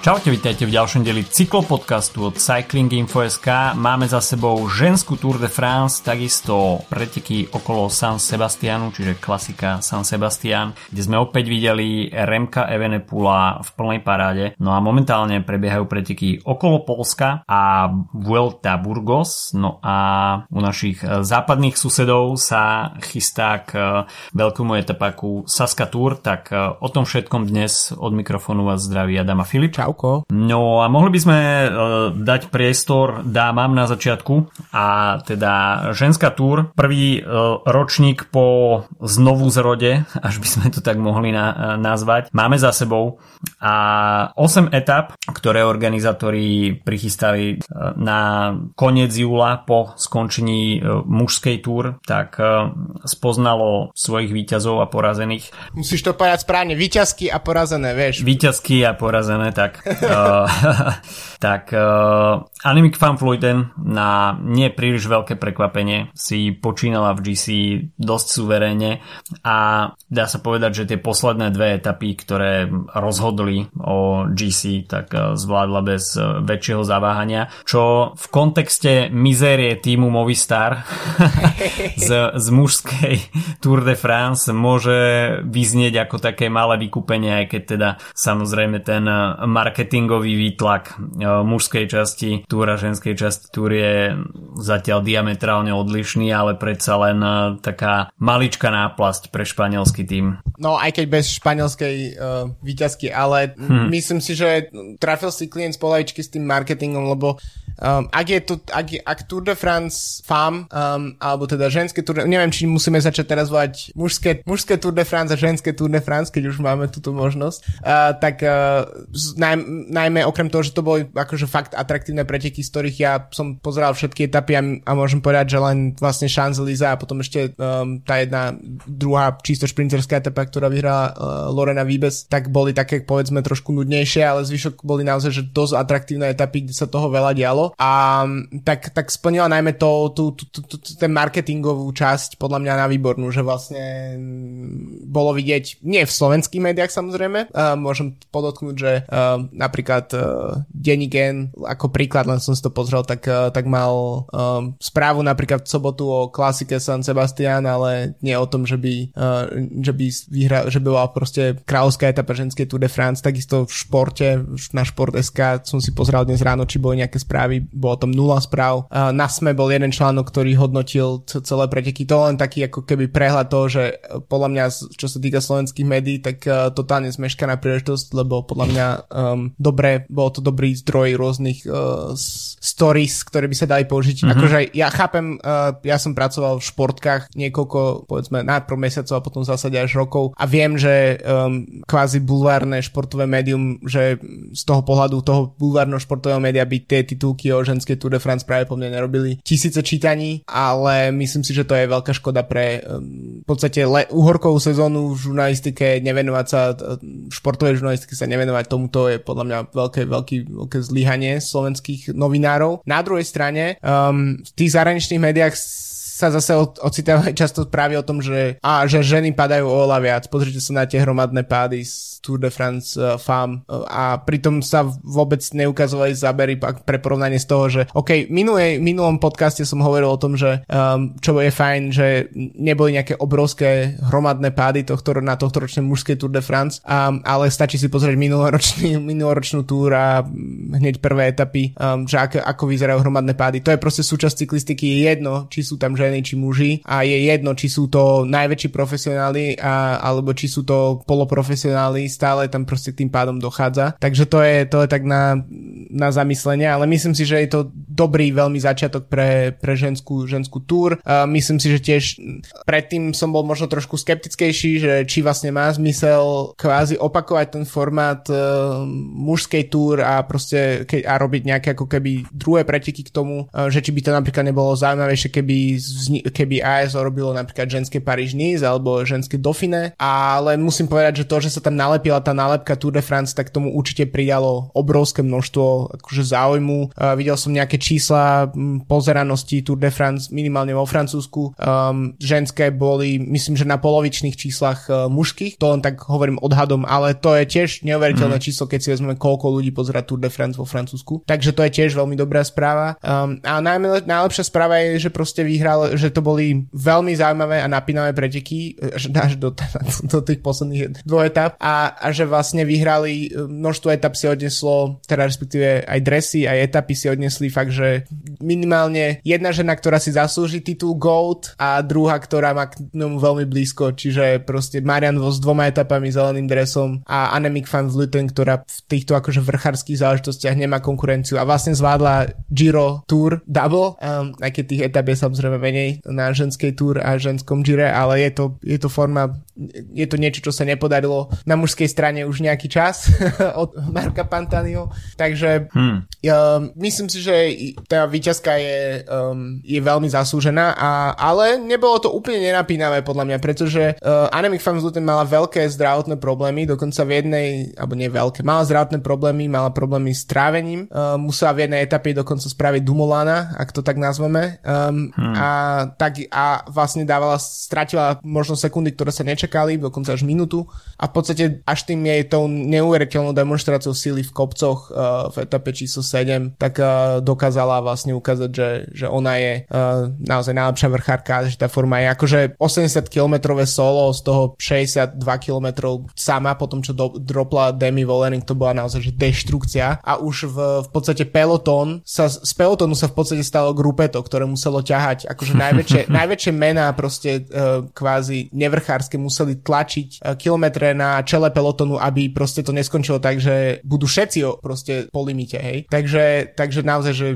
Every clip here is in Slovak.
Čaute, vítajte v ďalšom dieli cyklopodcastu od Cyclinginfo.sk. Máme za sebou ženskú Tour de France, takisto preteky okolo San Sebastianu, čiže klasika San Sebastian, kde sme opäť videli Remka Evenepoela v plnej paráde. No a momentálne prebiehajú preteky okolo Poľska a Vuelta Burgos. No a u našich západných susedov sa chystá k veľkému etapáku Saska Tour, tak o tom všetkom dnes od mikrofónu vás zdraví Adam a Filip. Čauko. No a mohli by sme dať priestor dámam na začiatku a teda ženská túr, prvý ročník po znovu zrode, až by sme to tak mohli nazvať, máme za sebou a 8 etap, ktoré organizátori prichystali na koniec júla po skončení mužskej túr, tak spoznalo svojich víťazov a porazených. Musíš to povedať správne, víťazky a porazené, vieš. Víťazky a porazené, tak Annemiek van Vleuten na nie príliš veľké prekvapenie si počínala v GC dosť suverénne a dá sa povedať, že tie posledné dve etapy, ktoré rozhodli o GC, tak zvládla bez väčšieho zaváhania, čo v kontexte mizérie týmu Movistar z mužskej Tour de France môže vyznieť ako také malé vykúpenie, aj keď teda samozrejme ten marketingový výtlak mužskej časti túr a ženskej časti túr je zatiaľ diametrálne odlišný, ale predsa len taká maličká náplasť pre španielský tím. No aj keď bez španielskej víťazky, ale myslím si, že trafil si klient z polavičky s tým marketingom, lebo ak Tour de France Femme alebo teda ženské Tour de, neviem, či musíme začať teraz volať mužské Tour de France a ženské Tour de France, keď už máme túto možnosť, tak najmä okrem toho, že to boli akože fakt atraktívne preteky, z ktorých ja som pozeral všetky etapy a môžem povedať, že len vlastne Champs-Élysées a potom ešte tá jedna druhá čisto šprinterská etapa, ktorá vyhrala Lorena Wiebes, tak boli také povedzme trošku nudnejšie, ale zvyšok boli naozaj že dosť atraktívne etapy, kde sa toho veľa dialo. A tak splnila najmä ten marketingovú časť podľa mňa na výbornú, že vlastne bolo vidieť, nie v slovenských médiách samozrejme, môžem podotknúť, že napríklad Denník N, ako príklad, len som si to pozrel, tak mal správu napríklad v sobotu o klasike San Sebastian, ale nie o tom, že by bola proste kráľovská etapa ženskej Tour de France. Takisto v športe, na Šport.sk som si pozrel dnes ráno, či boli nejaké správy, bolo tam 0 správ. Na SME bol jeden článok, ktorý hodnotil celé preteky. To len taký ako keby prehľad toho, že podľa mňa, čo sa týka slovenských médií, tak totálne zmeškaná príležitosť, lebo podľa mňa bolo to dobrý zdroj rôznych stories, ktoré by sa dali použiť. Akože ja chápem, ja som pracoval v športkách niekoľko, povedzme, najprv mesiacov a potom v zásade až rokov a viem, že kvázi bulvárne športové médium, že z toho pohľadu toho bulvárneho športového média by tie titulky o ženskej Tour de France práve po mne nerobili tisíce čítaní, ale myslím si, že to je veľká škoda pre v podstate uhorkovú sezónu v žurnalistike, nevenovať sa športovej žurnalistike, sa nevenovať tomuto je podľa mňa veľké zlyhanie slovenských novinárov. Na druhej strane v tých zahraničných médiách sa zase ocitávajú často práve o tom, že ženy padajú oveľa viac. Pozrite sa na tie hromadné pády z Tour de France Femme a pritom sa vôbec neukazovali zábery pre porovnanie z toho, že OK, minulom podcaste som hovoril o tom, že čo je fajn, že neboli nejaké obrovské hromadné pády na tohtoročnej mužskej Tour de France, ale stačí si pozrieť minuloročnú túr a hneď prvé etapy, že ako vyzerajú hromadné pády. To je proste súčasť cyklistiky, je jedno, či sú tam ženy či muži a je jedno, či sú to najväčší profesionáli alebo či sú to poloprofesionáli, stále tam proste k tým pádom dochádza. Takže to je tak na zamyslenie, ale myslím si, že je to dobrý veľmi začiatok pre ženskú túr. Myslím si, že tiež predtým som bol možno trošku skeptickejší, že či vlastne má zmysel kvázi opakovať ten formát mužskej túr a proste a robiť nejaké ako keby druhé preteky k tomu, že či by to napríklad nebolo zaujímavejšie, keby keby ASO robilo napríklad ženské Paríž-Nice alebo ženské Dauphiné, ale musím povedať, že to, že sa tam nalepila tá nálepka Tour de France, tak tomu určite pridalo obrovské množstvo akože záujmu. Videl som nejaké čísla pozeranosti Tour de France minimálne vo Francúzsku. Ženské boli, myslím, že na polovičných číslach mužských, to len tak hovorím odhadom, ale to je tiež neuveriteľné číslo, keď si vezmeme, koľko ľudí pozerá Tour de France vo Francúzsku. Takže to je tiež veľmi dobrá správa. A najlepšia správa je, že proste vyhral, že to boli veľmi zaujímavé a napínavé preteky až do tých posledných 2 etap a že vlastne vyhrali, množstvo etap si odneslo, teda respektíve aj dresy, aj etapy si odnesli fakt, že minimálne jedna žena, ktorá si zaslúži titul GOAT a druhá, ktorá má k tomu veľmi blízko, čiže proste Marianne Vos s 2 etapami zeleným dresom a Annemiek van Vleuten, ktorá v týchto akože vrchárskych záležitostiach nemá konkurenciu a vlastne zvládla Giro Tour double, aj keď tých etap je samozrejme menej na ženskej Tour a ženskom Gire, ale je to forma, je to niečo, čo sa nepodarilo na mužskej strane už nejaký čas od Marka Pantaniho, takže myslím si, že tá víťazka je veľmi zaslúžená, ale nebolo to úplne nenapínavé podľa mňa, pretože Annemiek van Vleuten mala veľké zdravotné problémy, dokonca v jednej, alebo nie veľké, mala zdravotné problémy, mala problémy s trávením, musela v jednej etape dokonca spraviť Dumolana, ak to tak nazveme, a vlastne stratila možno sekundy, ktoré sa nečakali, dokonca až minútu a v podstate až tým jej tou neuveriteľnou demonstráciou síly v kopcoch v etape číslo 7, tak dokázala vlastne ukázať, že ona je naozaj najlepšia vrchárka, že tá forma je akože 80-kilometrové solo, z toho 62 kilometrov sama, potom čo dropla Demi Vollering, to bola naozaj že deštrukcia a už v podstate z pelotónu sa v podstate stalo grupeto, ktoré muselo ťahať, akože najväčšie mená proste kvázi nevrchárske museli tlačiť kilometre na čele pelotónu, aby proste to neskončilo tak, že budú všetci proste po limite, hej. Takže naozaj, že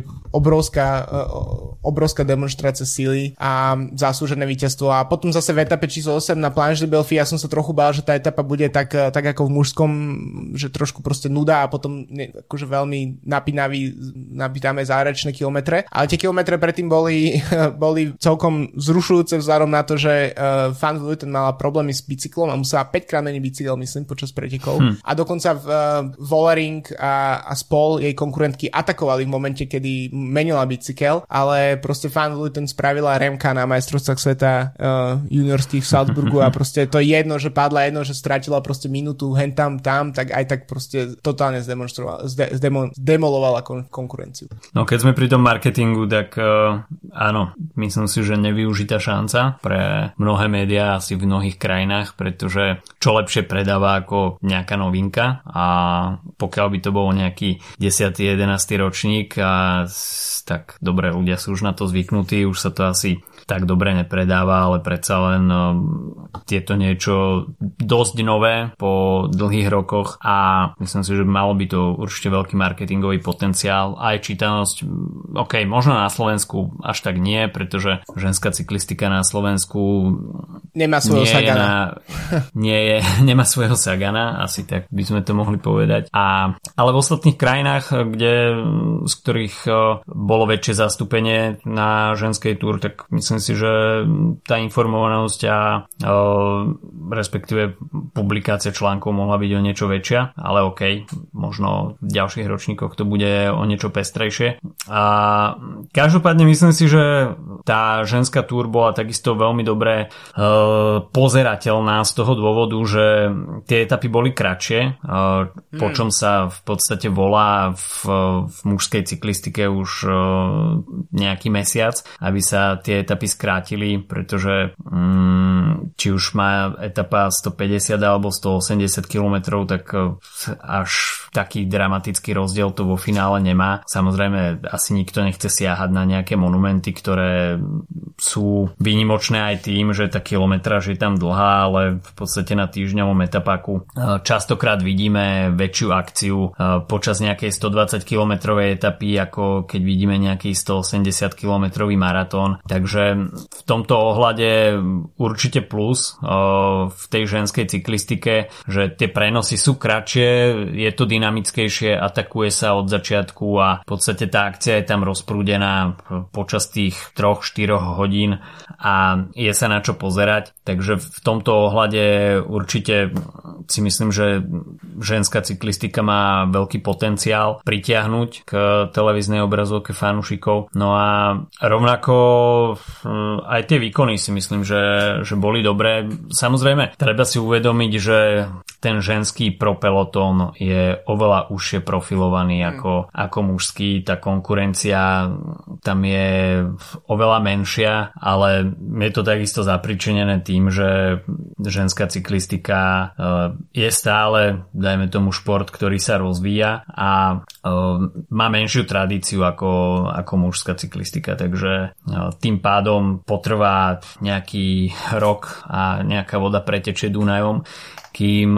obrovská demonštrácia síly a zaslúžené víťazstvo a potom zase v etape číslo 8 na Planche de Belfi ja som sa trochu bál, že tá etapa bude tak ako v mužskom, že trošku proste nuda a potom akože veľmi napínavé záverečné kilometre, ale tie kilometre predtým boli celkom zrušujúce vzhľadom na to, že Van Vleuten mala problémy s bicyklom a musela 5-krát meniť bicykel, myslím, počas pretekov a dokonca Vollering a spol jej konkurentky atakovali v momente, kedy menila bicykel, ale proste Van Vleuten spravila Remka na majstrovstvách sveta juniorských v Salzburgu a proste to je jedno, že padla, jedno, že stratila proste minútu hen tam, tak aj tak proste totálne zdemolovala konkurenciu. No keď sme pri tom marketingu, tak áno, myslím si, že nevyužitá šanca pre mnohé médiá asi v mnohých krajinách, pretože čo lepšie predáva ako nejaká novinka a pokiaľ by to bol nejaký 10. 11. ročník tak dobre, ľudia sú už na to zvyknutí, už sa to asi tak dobre nepredáva, ale predsa len je to niečo dosť nové po dlhých rokoch a myslím si, že malo by to určite veľký marketingový potenciál, aj čítanosť, ok, možno na Slovensku až tak nie, pretože ženská cyklistika na Slovensku nemá svojho Sagana. Nemá svojho Sagana, asi tak by sme to mohli povedať. Ale v ostatných krajinách, z ktorých bolo väčšie zastúpenie na ženskej Tour, tak myslím si, že tá informovanosť a respektíve publikácia článkov mohla byť o niečo väčšia, ale ok, možno v ďalších ročníkoch to bude o niečo pestrejšie. A každopádne myslím si, že tá ženská Tour bola takisto veľmi dobre pozerateľná z toho dôvodu, že tie etapy boli kratšie, po čom sa v podstate volá v mužskej cyklistike už nejaký mesiac, aby sa tie etapy skrátili, pretože či už má etapa 150 alebo 180 km, tak až taký dramatický rozdiel to vo finále nemá. Samozrejme, asi nikto nechce siahať na nejaké monumenty, ktoré sú výnimočné aj tým, že tá kilometráž je tam dlhá, ale v podstate na týždňovom etapáku častokrát vidíme väčšiu akciu počas nejakej 120 kilometrovej etapy, ako keď vidíme nejaký 180 kilometrový maratón. Takže v tomto ohľade určite plus v tej ženskej cyklistike, že tie prenosy sú kratšie, je to dynamickejšie, atakuje sa od začiatku a v podstate tá akcia je tam rozprúdená počas tých 3 3-4 hodín a je sa na čo pozerať. Takže v tomto ohľade určite si myslím, že ženská cyklistika má veľký potenciál pritiahnuť k televíznej obrazovke fanúšikov. No a rovnako aj tie výkony si myslím, že boli dobré. Samozrejme, treba si uvedomiť, že ten ženský propelotón je oveľa užšie profilovaný ako mužský. Tá konkurencia tam je oveľa menšia, ale je to takisto zapričinené tým, že ženská cyklistika je stále, dajme tomu, šport, ktorý sa rozvíja a má menšiu tradíciu ako mužská cyklistika, takže tým pádom potrvá nejaký rok a nejaká voda pretečie Dunajom, kým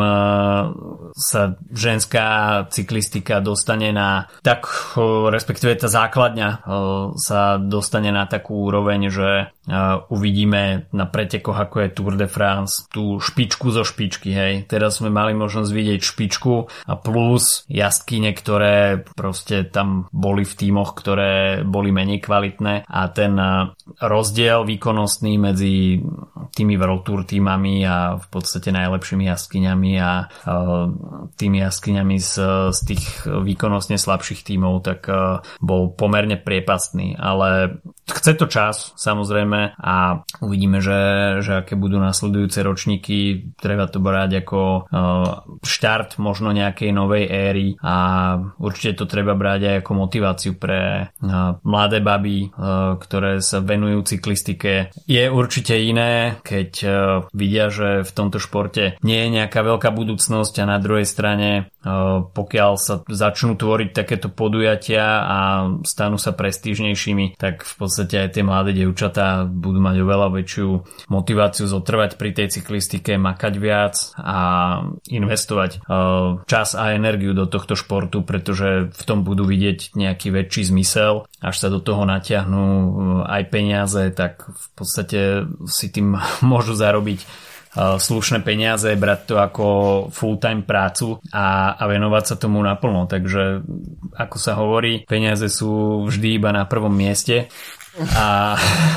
sa ženská cyklistika dostane respektíve tá základňa sa dostane na takú úroveň, že uvidíme na pretekoch ako je Tour de France tú špičku zo špičky, hej. Teraz sme mali možnosť vidieť špičku a plus jazdkyne, ktoré proste tam boli v tímoch, ktoré boli menej kvalitné a ten rozdiel výkonnostný medzi tými World Tour tímami a v podstate najlepšími jazdkyňami a tými jazdkyňami z tých výkonnostne slabších tímov, tak bol pomerne priepastný, ale chce to čas, samozrejme, a uvidíme, že aké budú nasledujúce ročníky. Treba to brať ako štart možno nejakej novej éry a určite to treba brať aj ako motiváciu pre mladé baby, ktoré sa venujú cyklistike. Je určite iné, keď vidia, že v tomto športe nie je nejaká veľká budúcnosť a na druhej strane pokiaľ sa začnú tvoriť takéto podujatia a stanú sa prestížnejšími, tak v podstate aj tie mladé dievčatá budú mať oveľa väčšiu motiváciu zotrvať pri tej cyklistike, makať viac a investovať čas a energiu do tohto športu, pretože v tom budú vidieť nejaký väčší zmysel. Až sa do toho natiahnú aj peniaze, tak v podstate si tým môžu zarobiť slušné peniaze, brať to ako full-time prácu a venovať sa tomu naplno. Takže ako sa hovorí, peniaze sú vždy iba na prvom mieste a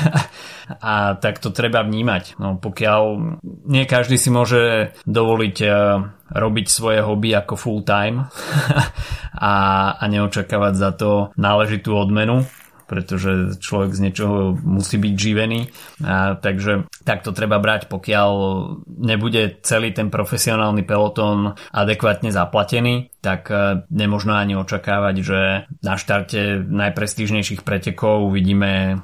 tak to treba vnímať. No, pokiaľ nie každý si môže dovoliť robiť svoje hobby ako full-time a neočakávať za to náležitú odmenu, pretože človek z niečoho musí byť živený. Takže tak to treba brať, pokiaľ nebude celý ten profesionálny pelotón adekvátne zaplatený, tak nemožno ani očakávať, že na štarte najprestížnejších pretekov uvidíme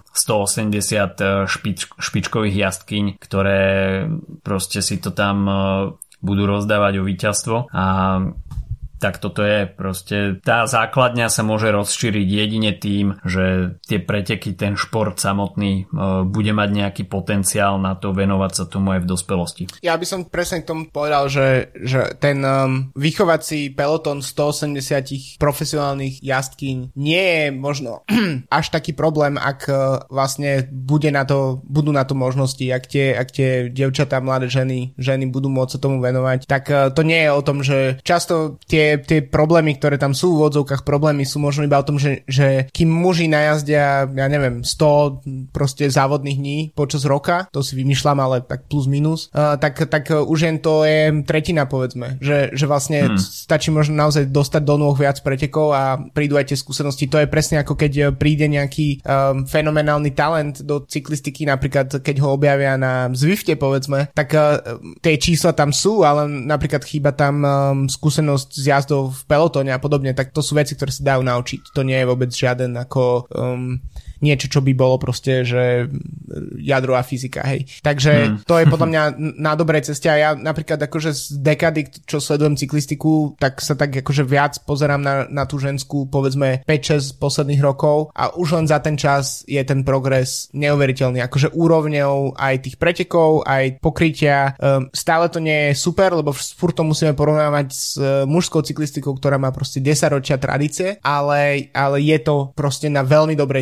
180 špičkových jazdkyň, ktoré proste si to tam budú rozdávať o víťazstvo a tak toto je proste, tá základňa sa môže rozšíriť jedine tým, že tie preteky, ten šport samotný bude mať nejaký potenciál na to venovať sa tomu aj v dospelosti. Ja by som presne k tomu povedal, že ten vychovací pelotón 180 profesionálnych jazdkyň nie je možno až taký problém, ak vlastne budú na to možnosti, ak tie dievčatá, mladé ženy budú môcť sa tomu venovať, tak to nie je o tom, že často tie problémy, ktoré tam sú v odzovkách, problémy sú možno iba o tom, že kým muži najazdia, ja neviem, 100 proste závodných dní počas roka, to si vymýšľam, ale tak plus minus, tak už jen to je tretina, povedzme, že vlastne stačí možno naozaj dostať do nôh viac pretekov a prídu aj tie skúsenosti. To je presne ako keď príde nejaký fenomenálny talent do cyklistiky, napríklad keď ho objavia na Zwifte, povedzme, tak tie čísla tam sú, ale napríklad chýba tam skúsenosť z jazdov v pelotóne a podobne, tak to sú veci, ktoré sa dajú naučiť. To nie je vôbec žiaden ako niečo, čo by bolo proste, že jadrová fyzika, hej. Takže to je podľa mňa na dobrej ceste a ja napríklad akože z dekady, čo sledujem cyklistiku, tak sa tak akože viac pozerám na tú ženskú, povedzme 5-6 posledných rokov a už len za ten čas je ten progres neuveriteľný. Akože úrovňou aj tých pretekov, aj pokrytia. Stále to nie je super, lebo furt to musíme porovnávať s mužskou cyklistikou, ktorá má proste 10 ročia tradície, ale je to proste na veľmi dobrej ceste. Je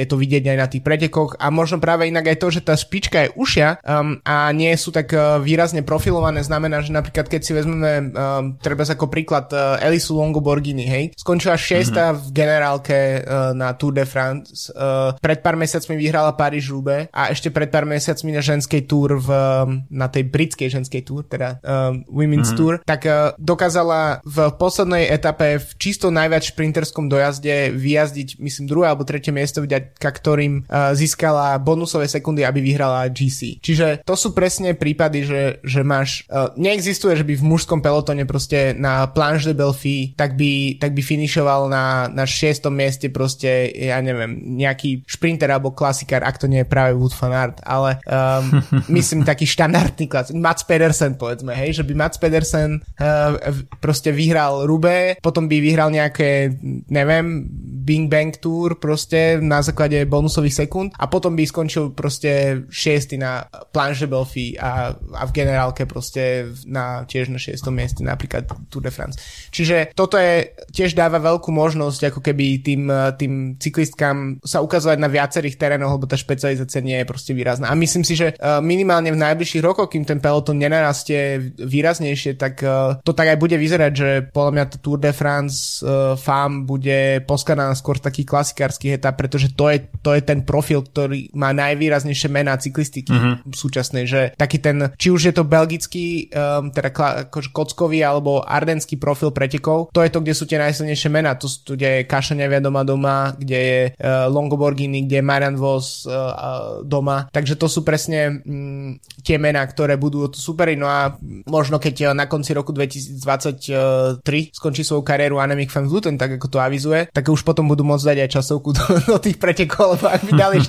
je to vidieť aj na tých pretekoch a možno práve inak aj to, že tá špička je užšia a nie sú tak výrazne profilované, znamená, že napríklad keď si vezmeme treba ako príklad Elisu Longo Borghini, hej, skončila 6. v generálke na Tour de France, pred pár mesiacmi vyhrala Paríž-Roubaix a ešte pred pár mesiacmi na ženskej Tour na tej britskej ženskej Tour, teda Women's Tour, tak dokázala v poslednej etape v čisto najviac šprinterskom dojazde vyjazdiť, myslím, druhé alebo tretie miesto, vďaka ktorým získala bonusové sekundy, aby vyhrala GC. Čiže to sú presne prípady, že máš neexistuje, že by v mužskom pelotone proste na Planche de Belfi tak by finišoval na 6. mieste proste, ja neviem, nejaký šprinter alebo klasikár, ak to nie je práve Wout van Aert, ale myslím taký štandardný klasik, Mats Pedersen povedzme, hej, že by Mats Pedersen proste vyhral Roubaix, potom by vyhral nejaké, neviem, Bing Bang Tour proste na základe bonusových sekúnd a potom by skončil proste 6. na Planche de Belfi a v generálke proste tiež na 6. mieste napríklad Tour de France. Čiže toto tiež dáva veľkú možnosť ako keby tým cyklistkám sa ukazovať na viacerých terénoch, lebo tá špecializácia nie je proste výrazná. A myslím si, že minimálne v najbližších rokoch, kým ten peloton nenarastie výraznejšie, tak to tak aj bude vyzerať, že podľa mňa to Tour de France FAM bude poskladaná skôr takých klasikárskych etap, pretože to je ten profil, ktorý má najvýraznejšie mená cyklistiky súčasnej, že taký ten, či už je to belgický teda kockový alebo ardenský profil pretekov, to je to, kde sú tie najsilnejšie mená, to sú, kde je Kašaňavia doma, kde je Longo Borghini, kde je Marianne Vos doma, takže to sú presne tie mená, ktoré budú superiť, no a možno keď na konci roku 2023 skončí svoju kariéru Annemiek van Vleuten, tak ako to avizuje, tak už potom budú môcť dať aj časovku do tých pretekov, lebo ak by dali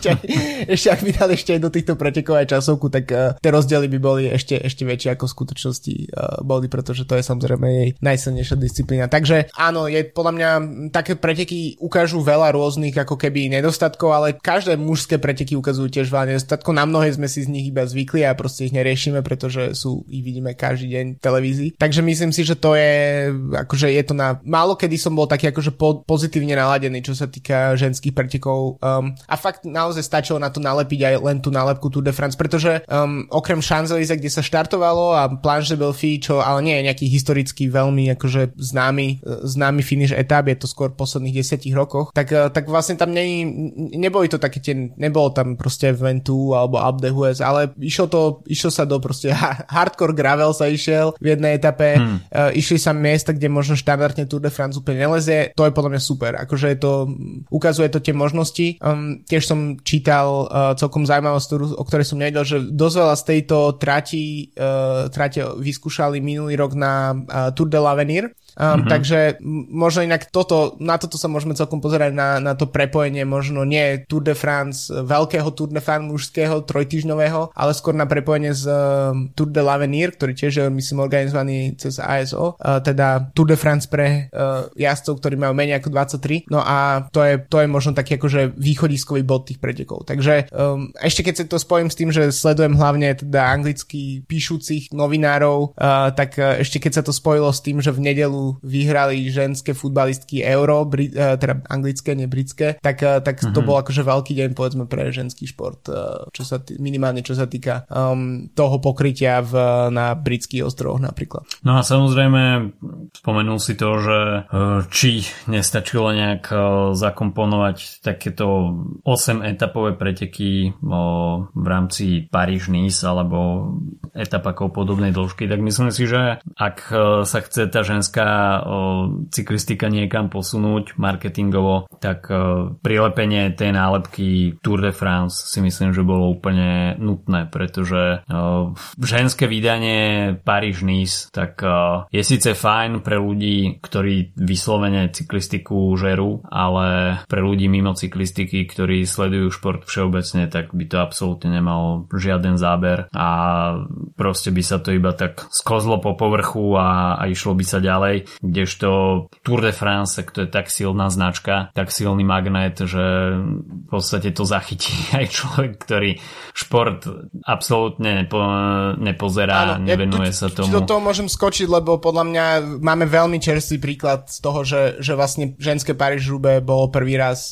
ešte aj do týchto pretekov aj časovku, tak tie rozdiely by boli ešte väčšie ako v skutočnosti boli, pretože to je samozrejme jej najsilnejšia disciplína. Takže áno, je podľa mňa také preteky ukážu veľa rôznych ako keby nedostatkov, ale každé mužské preteky ukazujú tiež veľa nedostatkov. Na mnohé sme si z nich iba zvykli a proste ich neriešime, pretože ich vidíme každý deň v televízii. Takže myslím si, že to je akože je to málo kedy som bol taký akože pozitívne naladený, čo sa týka ženských pretekov. A fakt naozaj stačilo na to nalepiť aj len tú nálepku Tour de France, pretože okrem Champs-Élysées, kde sa štartovalo a Planche de Belfi, čo ale nie je nejaký historický veľmi akože známy finish etap, je to skôr v posledných 10 rokoch, tak vlastne tam neboli to také nebolo tam proste Ventoux alebo Alpe d'Huez, ale išlo sa do proste hardcore gravel sa išiel v jednej etape, išli sa miesta, kde možno štandardne Tour de France úplne nelezie, to je podľa mňa super, akože ukazuje to tie možnosti. Tiež som čítal celkom zaujímavosť, o ktorej som nevedel, že dosť veľa z tejto trate vyskúšali minulý rok na Tour de l'Avenir. Takže možno inak na toto sa môžeme celkom pozerať na to prepojenie, možno nie Tour de France, veľkého Tour de France mužského, trojtýždňového, ale skôr na prepojenie z Tour de l'Avenir, ktorý tiež je myslím organizovaný cez ASO, teda Tour de France pre jazdcov, ktorí majú menej ako 23, no a to je možno taký akože východiskový bod tých pretekov. Takže ešte keď sa to spojím s tým, že sledujem hlavne teda anglicky píšucich novinárov, tak ešte keď sa to spojilo s tým, že v nedeľu vyhrali ženské futbalistky Euro, teda anglické, nie britské, tak to bol akože veľký deň povedzme pre ženský šport, minimálne čo sa týka toho pokrytia na britských ostrovoch napríklad. No a samozrejme spomenul si to, že či nestačilo nejak zakomponovať takéto 8-etapové preteky v rámci Paríž-Nice alebo etapakov podobnej dĺžky, tak myslím si, že ak sa chce tá ženská cyklistika niekam posunúť marketingovo, tak prilepenie tej nálepky Tour de France si myslím, že bolo úplne nutné, pretože ženské vydanie Paríž-Nice tak je síce fajn pre ľudí, ktorí vyslovene cyklistiku žerú, ale pre ľudí mimo cyklistiky, ktorí sledujú šport všeobecne, tak by to absolútne nemal žiaden záber a proste by sa to iba tak sklzlo po povrchu a išlo by sa ďalej. kdežto Tour de France, to je tak silná značka, tak silný magnet, že v podstate to zachytí aj človek, ktorý šport absolútne nepozerá, nevenuje sa tomu. Do toho môžem skočiť, lebo podľa mňa máme veľmi čerstvý príklad z toho, že vlastne ženské Paríž-Roubaix bolo prvý raz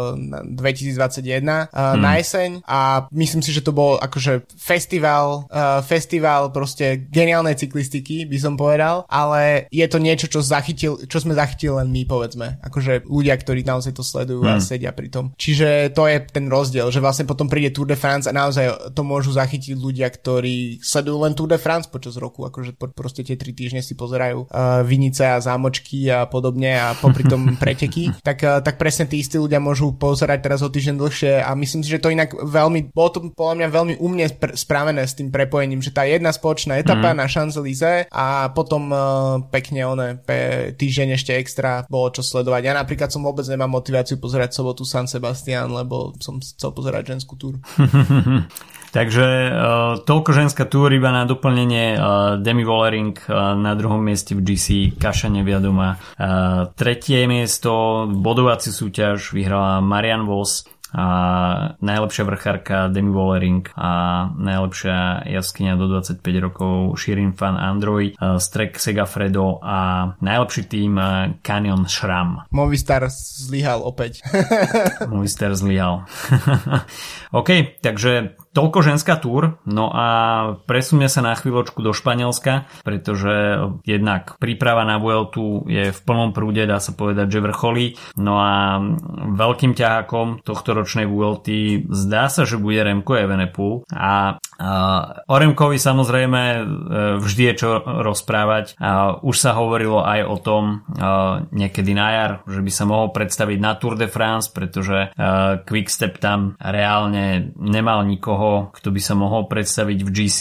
2021 na jeseň a myslím si, že to bol akože festival proste geniálnej cyklistiky, by som povedal, ale je to niečo, čo sme zachytili len my, povedzme. Akože ľudia, ktorí naozaj to sledujú a sedia pri tom. Čiže to je ten rozdiel, že vlastne potom príde Tour de France a naozaj to môžu zachytiť ľudia, ktorí sledujú len Tour de France počas roku, akože proste tie 3 týždne si pozerajú vinice a zámočky a podobne a popri tom preteky, tak presne tí istí ľudia môžu pozerať teraz o týždeň dlhšie a myslím si, že to inak bolo to podľa mňa veľmi umne spravené s tým prepojením, že tá jedna spoločná etapa na Champs-Élysées a potom pekne týždeň ešte extra bolo čo sledovať. Ja napríklad som vôbec nemám motiváciu pozerať sobotu San Sebastián, lebo som chcel pozerať ženskú túr. Takže toľko ženská túr, iba na doplnenie Demi Vollering na druhom mieste v GC, Kaša Neviadoma. Tretie miesto, bodovací súťaž vyhrala Marianne Vos, a najlepšia vrchárka Demi Vollering a najlepšia jazdkyňa do 25 rokov Shirin Van Androoy, Trek Segafredo a najlepší tým Canyon SRAM. Movistar zlyhal opäť. Movistar zlyhal. OK, takže toľko ženská túr, no a presuňme sa na chvíľočku do Španielska, pretože jednak príprava na Vueltu je v plnom prúde, dá sa povedať, že vrcholí, no a veľkým ťahákom tohto ročnej Vuelty zdá sa, že bude Remco Evenepoel a o Remkovi samozrejme vždy je čo rozprávať. Už sa hovorilo aj o tom niekedy na jar, že by sa mohol predstaviť na Tour de France, pretože Quickstep tam reálne nemal nikoho, kto by sa mohol predstaviť v GC.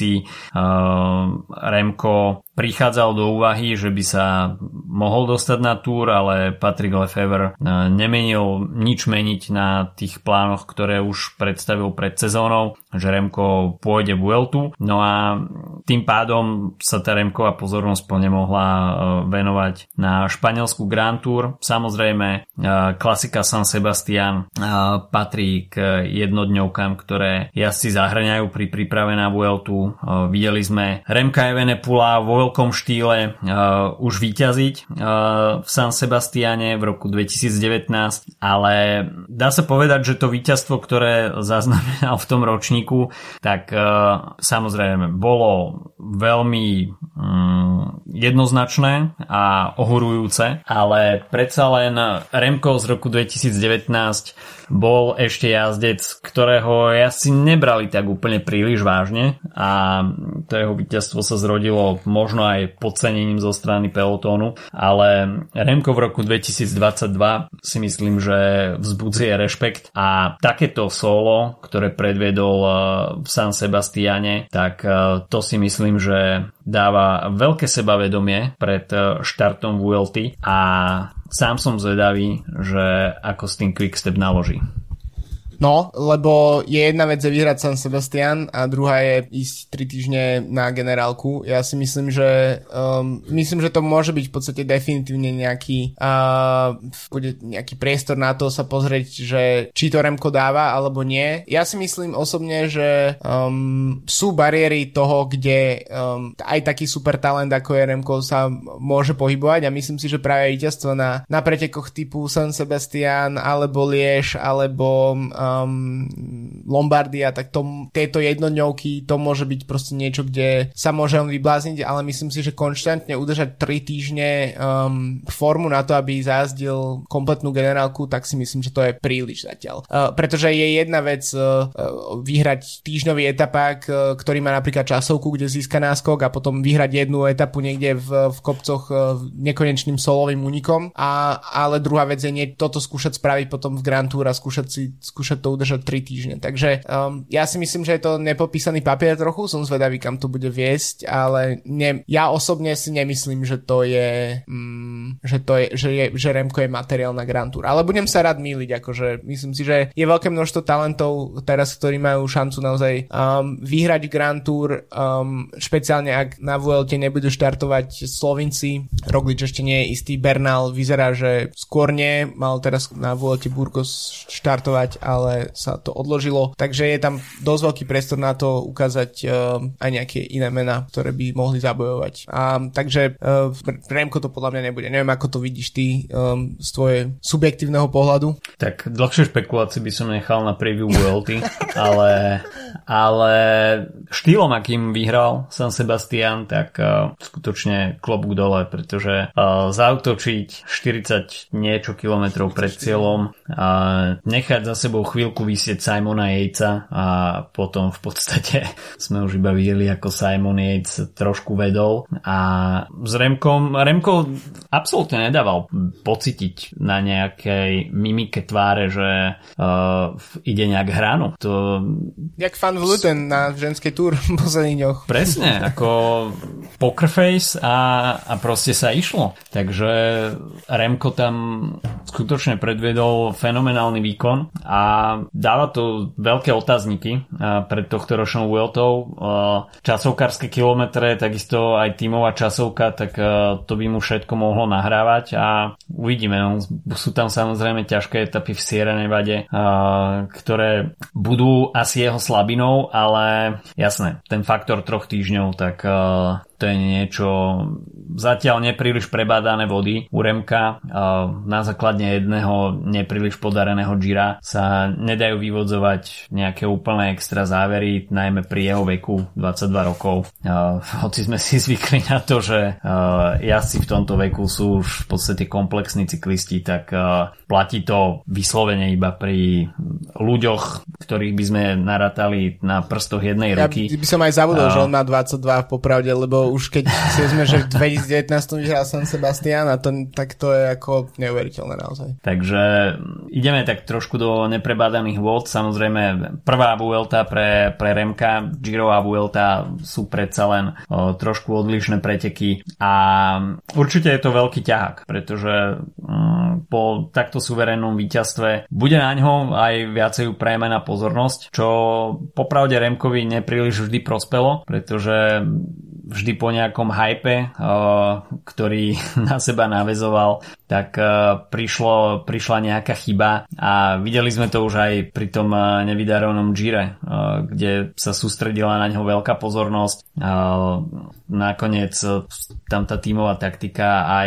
Remco prichádzal do úvahy, že by sa mohol dostať na Tour, ale Patrick Lefevre nemenil nič meniť na tých plánoch, ktoré už predstavil pred sezónou, že Remco pôjde Vueltu. No a tým pádom sa tá Remková pozornosť plne mohla venovať na španielsku Grand Tour. Samozrejme klasika San Sebastián patrí k jednodňovkám, ktoré jazdci zahŕňajú pri príprave na Vueltu. Videli sme Remka Evenepoela vo veľkom štýle už víťaziť v San Sebastiane v roku 2019, ale dá sa povedať, že to víťazstvo, ktoré zaznamenal v tom ročníku, tak samozrejme bolo veľmi jednoznačné a ohurujúce, ale predsa len Remco z roku 2019 bol ešte jazdec, ktorého jazdci nebrali tak úplne príliš vážne a to jeho víťazstvo sa zrodilo možno aj podcenením zo strany pelotónu, ale Remco v roku 2022 si myslím, že vzbudzuje rešpekt a takéto solo, ktoré predviedol v San Sebastiane, tak to si myslím, že dáva veľké sebavedomie pred štartom Vuelty a sám som zvedavý, že ako s tým Quickstep naloží. No, lebo je jedna vec je vyhrať San Sebastián a druhá je ísť 3 týždne na generálku. Ja si myslím, že to môže byť v podstate definitívne nejaký priestor na to sa pozrieť, že či to Remco dáva alebo nie. Ja si myslím osobne, že sú bariéry toho, kde aj taký super talent ako je Remco sa môže pohybovať a myslím si, že práve víťazstvo na pretekoch typu San Sebastián alebo Liež alebo Lombardia, tak tieto jednodňovky to môže byť proste niečo, kde sa môže on vyblázniť, ale myslím si, že konštantne udržať 3 týždne formu na to, aby zajazdil kompletnú generálku, tak si myslím, že to je príliš zatiaľ. Pretože je jedna vec vyhrať týždňový etapák, ktorý má napríklad časovku, kde získa náskok a potom vyhrať jednu etapu niekde v kopcoch nekonečným solovým únikom, ale druhá vec je toto skúšať spraviť potom v Grand Tour a skúšať to udržať 3 týždne. Takže Takže ja si myslím, že je to nepopísaný papier trochu, som zvedavý, kam to bude viesť, ale ja osobne si nemyslím, že to je, že Remco je materiál na Grand Tour. Ale budem sa rád mýliť, akože myslím si, že je veľké množstvo talentov teraz, ktorí majú šancu naozaj vyhrať Grand Tour, špeciálne ak na Vuelte nebudú štartovať Slovinci. Roglič ešte nie je istý, Bernal vyzerá, že skôr nie, mal teraz na Vuelte Burgos štartovať, ale sa to odložilo, takže je tam dosť veľký priestor na to ukázať aj nejaké iné mená, ktoré by mohli zabojovať. Takže Remco to podľa mňa nebude. Neviem, ako to vidíš ty z tvojej subjektívneho pohľadu. Tak dlhšie špekulácie by som nechal na preview Vuelty, ale štýlom, akým vyhral San Sebastian, tak skutočne klobúk dole, pretože zaútočiť 40 niečo kilometrov pred cieľom, nechať za sebou chvíľku vysieť Simona Yatesa a potom v podstate sme už iba videli, ako Simon Yates trošku vedol a s Remko absolútne nedával pocítiť na nejakej mimike tváre, že ide nejak hranu. Jak Van Vleuten na ženskej túr v posledných dňoch. Presne, ako poker face a proste sa išlo. Takže Remko tam skutočne predviedol fenomenálny výkon a dáva to veľké otázniky pred tohto ročnou Vueltou. Časovkárske kilometre, takisto aj tímová časovka, tak to by mu všetko mohlo nahrávať a uvidíme. Sú tam samozrejme ťažké etapy v Sierra Nevade, ktoré budú asi jeho slabinou, ale jasné, ten faktor 3 týždňov, tak to je niečo zatiaľ nepríliš prebádané vody u Remka. Na základe jedného nepríliš podareného Gira sa nedajú vyvodzovať nejaké úplne extra závery, najmä pri jeho veku 22 rokov. Hoci sme si zvykli na to, že jazdci v tomto veku sú už v podstate komplexní cyklisti, tak platí to vyslovene iba pri ľuďoch, ktorých by sme narátali na prstoch jednej ruky. Ja by som aj zabudol, že on má 22 popravde, lebo už keď si sme, že v 2019 vyhral San Sebastian a tak to je ako neuveriteľné naozaj. Takže ideme tak trošku do neprebádaných vôd. Samozrejme prvá Vuelta pre Remka, Girová Vuelta sú predsa len trošku odlišné preteky a určite je to veľký ťahák, pretože po takto suverénnom víťazstve bude naňho aj viacej uprajená pozornosť, čo popravde Remkovi nepríliš vždy prospelo, pretože vždy po nejakom hype, ktorý na seba naväzoval, tak prišla nejaká chyba a videli sme to už aj pri tom nevydarenom Gire, kde sa sústredila na ňo veľká pozornosť. Nakoniec tam tá tímová taktika aj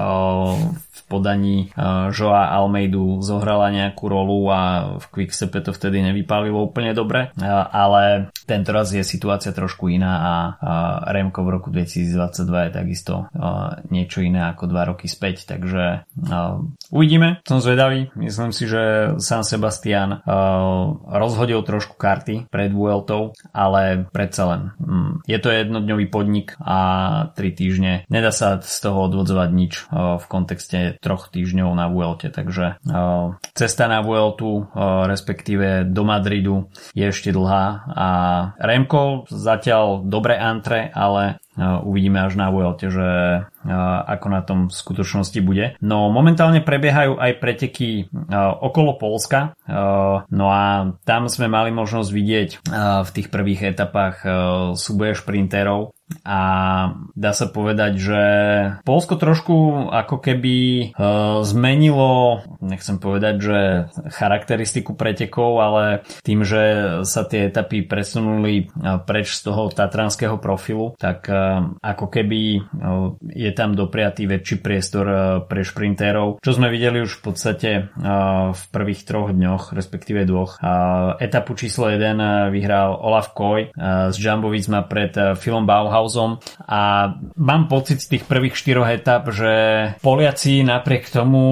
v podaní Joa Almeidu zohrala nejakú rolu a v Quickstepe to vtedy nevypálilo úplne dobre, ale tento raz je situácia trošku iná a Remko v roku 2022 je takisto niečo iné ako 2 roky späť, takže uvidíme, som zvedavý. Myslím si, že San Sebastian rozhodil trošku karty pred Vueltou, ale predsa len je to jednodňový podnik a 3 týždne nedá sa z toho odvodzovať nič v kontexte 3 týždňov na Vuelte, takže cesta na Vueltu, respektíve do Madridu je ešte dlhá a Remko zatiaľ dobre antre, ale uvidíme až na Vuelte, že ako na tom v skutočnosti bude. No momentálne prebiehajú aj preteky okolo Poľska, no a tam sme mali možnosť vidieť v tých prvých etapách súboje šprinterov a dá sa povedať, že Poľsko trošku ako keby zmenilo, nechcem povedať, že charakteristiku pretekov, ale tým, že sa tie etapy presunuli preč z toho tatranského profilu, tak ako keby je tam dopriatý väčší priestor pre šprintérov, čo sme videli už v podstate v prvých 3 dňoch, respektíve 2. Etapu číslo 1 vyhral Olaf Koy z Jumbo-Visma pred Philom Bauhausom a mám pocit z tých prvých 4 etap, že Poliaci napriek tomu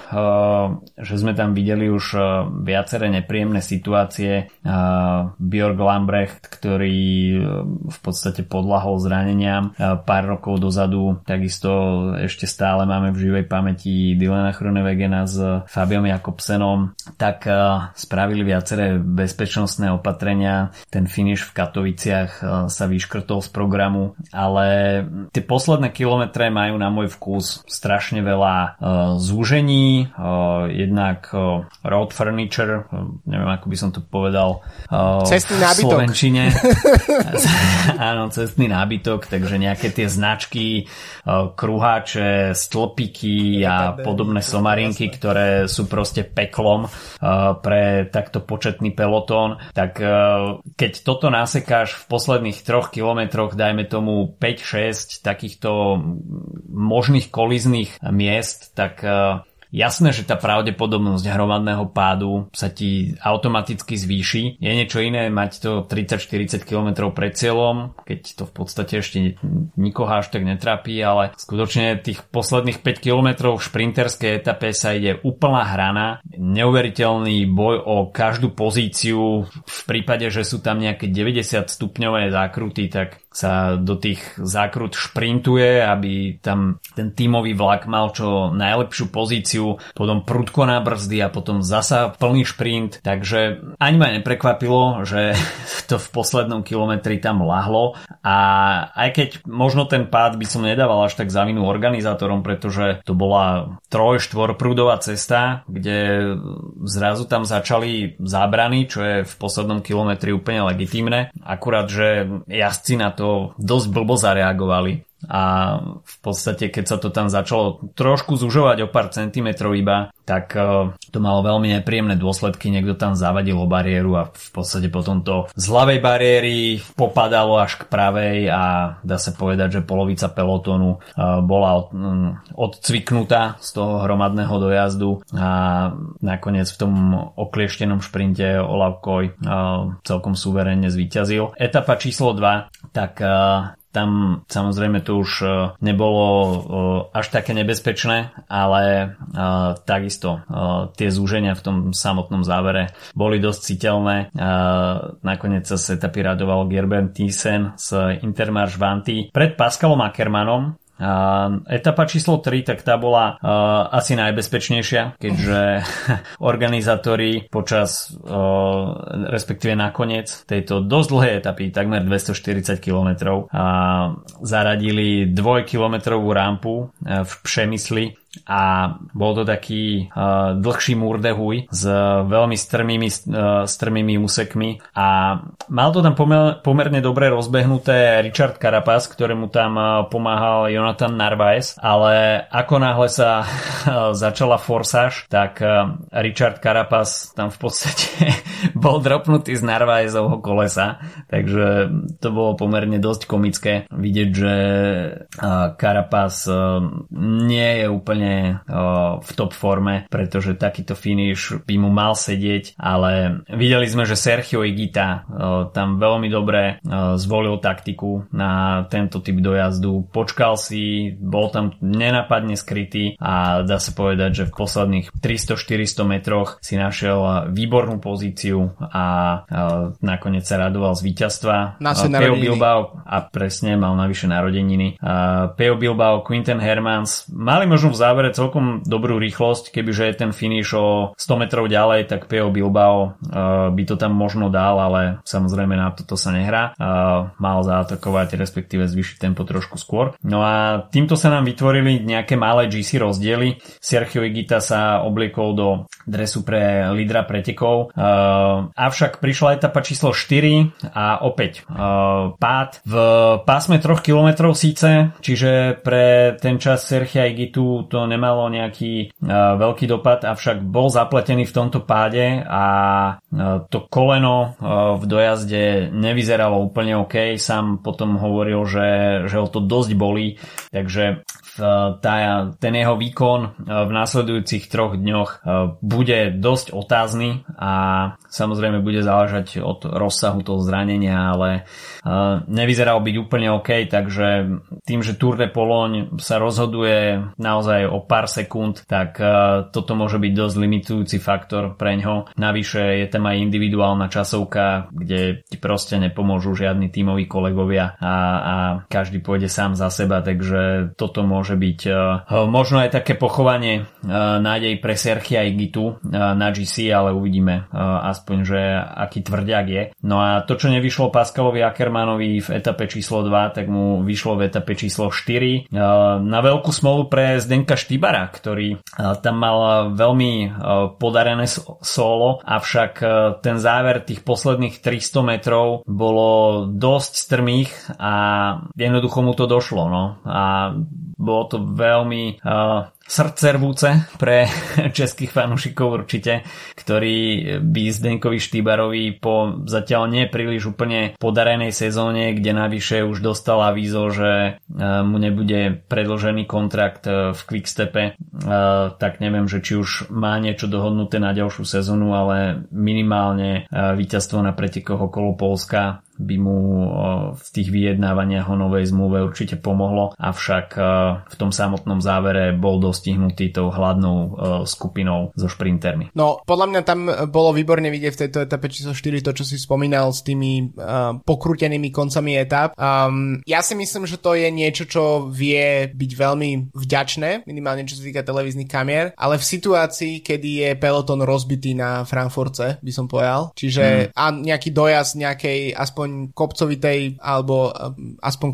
že sme tam videli už viaceré nepríjemné situácie. Björn Lambrecht, ktorý v podstate podľahol zraneniam pár rokov dozadu, takisto ešte stále máme v živej pamäti Dylana Groenewegena s Fabiom Jakobsenom, tak spravili viaceré bezpečnostné opatrenia. Ten finish v Katoviciach sa vyškrtol z programu, ale tie posledné kilometre majú na môj vkus strašne veľa zúžení, jednak road furniture, neviem ako by som to povedal cestný nábytok v slovenčine. Áno, cestný nábytok, takže nejaké tie značky, kruháče, stĺpiky a podobné somarinky, ktoré sú proste peklom pre takto početný pelotón, tak keď toto nasekáš v posledných 3 kilometroch, dajme tomu 5-6 takýchto možných kolíznych miest, tak jasné, že tá pravdepodobnosť hromadného pádu sa ti automaticky zvýši. Je niečo iné mať to 30-40 km pred cieľom, keď to v podstate ešte nikoho až tak netrápi, ale skutočne tých posledných 5 km v šprinterskej etape sa ide úplná hrana. Neuveriteľný boj o každú pozíciu. V prípade, že sú tam nejaké 90 stupňové zákruty, tak sa do tých zákrut šprintuje, aby tam ten tímový vlak mal čo najlepšiu pozíciu, potom prudko na brzdy a potom zasa plný šprint, takže ani ma neprekvapilo, že to v poslednom kilometri tam lahlo a aj keď možno ten pád by som nedával až tak za vinu organizátorom, pretože to bola 3-4 prúdová cesta, kde zrazu tam začali zábrany, čo je v poslednom kilometri úplne legitímne, akurát, že jazdci na to dosť blbo zareagovali a v podstate keď sa to tam začalo trošku zužovať o pár centimetrov iba, tak to malo veľmi nepríjemné dôsledky. Niekto tam zavadil o bariéru a v podstate potom to z ľavej bariéry popadalo až k pravej a dá sa povedať, že polovica pelotónu bola odcviknutá z toho hromadného dojazdu a nakoniec v tom oklieštenom šprinte Olav Koj celkom suverénne zvíťazil. Etapa číslo 2, tak tam samozrejme to už nebolo až také nebezpečné, ale takisto tie zúženia v tom samotnom závere boli dosť citeľné. Nakoniec sa z etapy radoval Gerben Thyssen z Intermarché Vanty pred Pascalom Ackermannom. Etapa číslo 3, tak tá bola asi najbezpečnejšia, keďže organizátori počas respektíve nakoniec tejto dosť dlhej etapy, takmer 240 km, zaradili 2-kilometrovú rampu v Přemysli a bol to taký dlhší Murdehuj s veľmi strmými úsekmi a mal to tam pomerne dobre rozbehnuté Richard Carapaz, ktorému tam pomáhal Jonathan Narvaez, ale ako náhle sa začala forsáž, tak Richard Carapaz tam v podstate bol dropnutý z Narvaezovho kolesa, takže to bolo pomerne dosť komické vidieť, že Carapaz nie je úplne v top forme, pretože takýto finish by mu mal sedieť, ale videli sme, že Sergio Higuita tam veľmi dobre zvolil taktiku na tento typ dojazdu, počkal si, bol tam nenápadne skrytý a dá sa povedať, že v posledných 300-400 metroch si našiel výbornú pozíciu a nakoniec sa radoval z víťazstva. Peo Bilbao a presne mal navyše narodeniny. Peo Bilbao, Quinten Hermans mali možno v závere celkom dobrú rýchlosť, kebyže je ten finish o 100 metrov ďalej, tak Peo Bilbao by to tam možno dal, ale samozrejme na toto sa nehrá. Mal zaatakovať, respektíve zvýšiť tempo trošku skôr. No a týmto sa nám vytvorili nejaké malé GC rozdiely. Sergio Higuita sa obliekol do dresu pre lídra pretekov. Avšak prišla etapa číslo 4 a opäť pád v pásme 3 km síce, čiže pre ten čas Sergia Higuitu to nemalo nejaký veľký dopad, avšak bol zapletený v tomto páde a to koleno v dojazde nevyzeralo úplne OK. Sám potom hovoril, že ho to dosť bolí, takže ten jeho výkon v následujúcich 3 dňoch bude dosť otázny a samozrejme bude záležať od rozsahu toho zranenia, ale nevyzeral byť úplne OK, takže tým, že Tour de Pologne sa rozhoduje naozaj o pár sekúnd, tak toto môže byť dosť limitujúci faktor pre ňo. Navyše je tam aj individuálna časovka, kde ti proste nepomôžu žiadni tímoví kolegovia a každý pôjde sám za seba, takže toto môže byť možno aj také pochovanie nádej pre Sergia Igitu na GC, ale uvidíme aspoň, že aký tvrďak je. No a to, čo nevyšlo Pascalovi Ackermanovi v etape číslo 2, tak mu vyšlo v etape číslo 4. Na veľkú smolu pre Zdenka Štybara, ktorý tam mal veľmi podarené solo, avšak ten záver tých posledných 300 metrov bolo dosť strmých a jednoducho mu to došlo. No. A bolo to veľmi srdcervúce pre českých fanúšikov určite, ktorí by Zdenkovi Štybarovi po zatiaľ nie príliš úplne podarenej sezóne, kde navyše už dostal avízo, že mu nebude predĺžený kontrakt v Quickstepe, tak neviem, že či už má niečo dohodnuté na ďalšiu sezónu, ale minimálne víťazstvo na pretekoch okolo Poľska by mu v tých vyjednávaniach o novej zmluve určite pomohlo, avšak v tom samotnom závere bol dostihnutý tou hladnou skupinou so šprintermi. No, podľa mňa tam bolo výborne vidieť v tejto etape číslo 4 to, čo si spomínal s tými pokrútenými koncami etap. Ja si myslím, že to je niečo, čo vie byť veľmi vďačné, minimálne čo sa týka televíznych kamier, ale v situácii, kedy je peloton rozbitý na Frankfurtce, by som povedal, čiže a nejaký dojazd nejakej aspoň kopcovitej alebo aspoň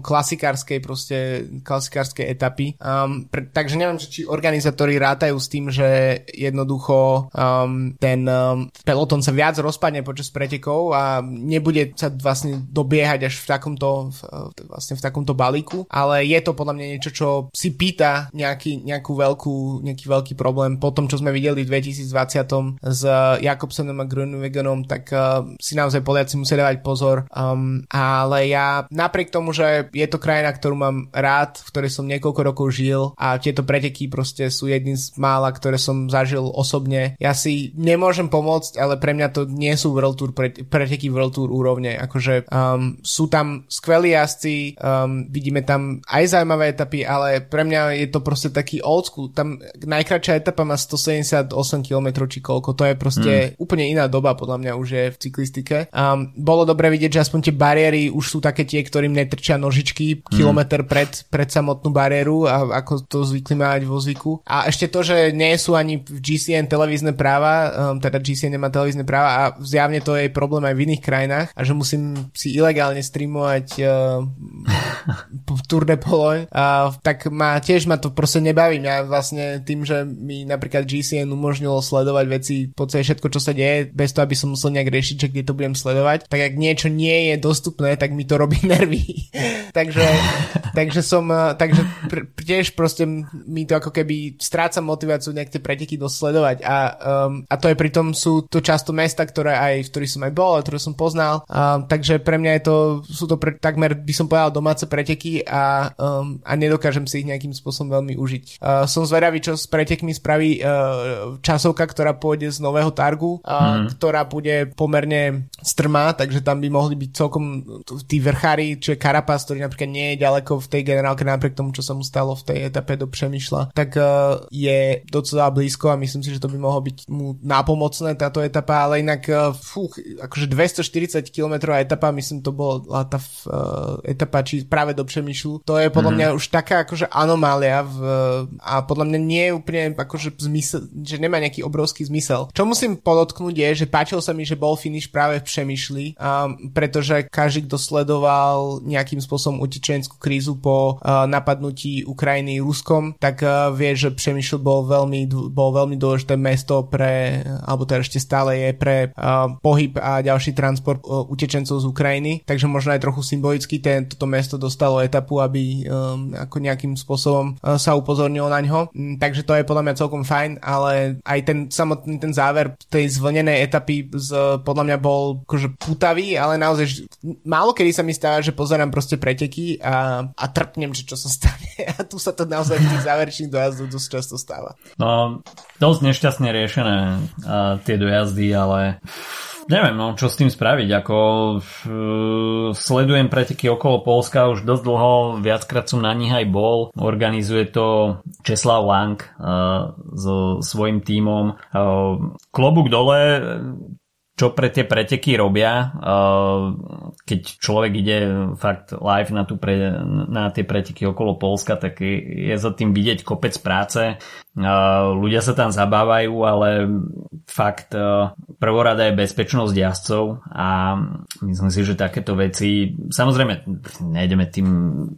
klasikárskej etapy. Takže neviem, či organizátori rátajú s tým, že jednoducho ten peloton sa viac rozpadne počas pretekov a nebude sa vlastne dobiehať až v takomto balíku, ale je to podľa mňa niečo, čo si pýta nejaký veľký problém. Po tom, čo sme videli v 2020 s Jakobsenom a Groenewegenom, tak si naozaj Poliaci musia dávať pozor. Ale ja napriek tomu, že je to krajina, ktorú mám rád, v ktorej som niekoľko rokov žil a tieto preteky proste sú jedným z mála, ktoré som zažil osobne. Ja si nemôžem pomôcť, ale pre mňa to nie sú World Tour preteky World Tour úrovne. Akože sú tam skvelí jazdci, vidíme tam aj zaujímavé etapy, ale pre mňa je to proste taký old school. Tam najkratšia etapa má 178 km či koľko. To je proste úplne iná doba, podľa mňa už je v cyklistike. Bolo dobre vidieť, že aspoň tie bariéry už sú také tie, ktorým netrčia nožičky kilometr pred samotnú bariéru, a ako to zvykli mať vo zvyku. A ešte to, že nie sú ani v GCN televízne práva, teda GCN nemá televízne práva a zjavne to je problém aj v iných krajinách a že musím si ilegálne streamovať Tour de Pologne, tak ma to proste nebaví. Mňa vlastne tým, že mi napríklad GCN umožnilo sledovať veci, po celé všetko, čo sa deje, bez toho, aby som musel nejak riešiť, že kde to budem sledovať, tak ak niečo nie je dostupné, tak mi to robí nervy. takže tiež proste mi to ako keby strácam motiváciu nejak tie preteky dosledovať a to je pritom sú to často mesta, v ktorých som aj bol, ktoré som poznal, takže pre mňa sú to takmer by som povedal domáce preteky a nedokážem si ich nejakým spôsobom veľmi užiť. Som zvedavý, čo s pretekmi spraví časovka, ktorá pôjde z Nového Targu, ktorá bude pomerne strmá, takže tam by mohli byť celkom tí vrchári, čo je Carapaz, ktorý napríklad nie je ďaleko v tej generálke napriek tomu, čo sa mu stalo v tej etape do Přemýšľa, tak je docela blízko a myslím si, že to by mohlo byť mu nápomocné táto etapa, ale inak akože 240 km etapa, myslím to bola tá etapa či práve do Přemýšľu, to je podľa mňa už taká akože anomália a podľa mňa nie je úplne akože zmysel, že nemá nejaký obrovský zmysel. Čo musím podotknúť je, že páčilo sa mi, že bol finish práve v Přemýšli, pretože každý, kto sledoval nejakým spôsobom utečenskú krízu po napadnutí Ukrajiny Ruskom, tak vie, že Přemýšl bol veľmi dôležité mesto alebo teda ešte stále je pre pohyb a ďalší transport utečencov z Ukrajiny, takže možno aj trochu symbolicky toto mesto dostalo etapu, aby ako nejakým spôsobom sa upozornilo na ňo, takže to je podľa mňa celkom fajn, ale aj samotný ten záver tej zvlnenej etapy podľa mňa bol akože putavý, ale naozaj málo kedy sa mi stáva, že pozerám proste preteky a trpnem, že čo sa stane. A tu sa to naozaj v tých záverečných dojazdoch dosť často stáva. No, dosť nešťastne riešené tie dojazdy, ale Neviem, no, čo s tým spraviť, ako sledujem preteky okolo Poľska už dosť dlho, viackrát som na nich aj bol, organizuje to Česlav Lang so svojím tímom. Klobúk dole, čo pre tie preteky robia, keď človek ide fakt live na tie preteky okolo Poľska, tak je za tým vidieť kopec práce. Ľudia sa tam zabávajú, ale fakt prvorada je bezpečnosť jazdcov a myslím si, že takéto veci, samozrejme nejdeme tým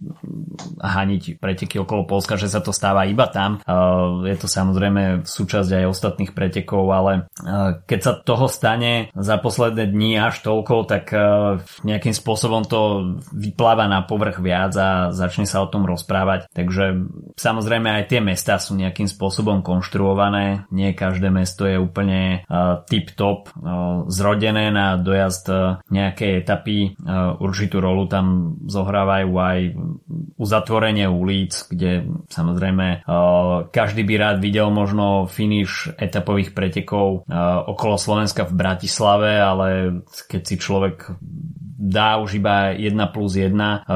haniť preteky okolo Poľska, že sa to stáva iba tam, je to samozrejme súčasť aj ostatných pretekov, ale keď sa toho stane za posledné dni až toľko, tak nejakým spôsobom to vypláva na povrch viac a začne sa o tom rozprávať, takže samozrejme aj tie mestá sú nejakým spôsobom konštruované, nie každé mesto je úplne tip-top zrodené na dojazd nejakej etapy, určitú rolu tam zohrávajú aj uzatvorenie ulic, kde samozrejme každý by rád videl možno finish etapových pretekov okolo Slovenska v Bratislave, ale keď si človek dá už iba 1+1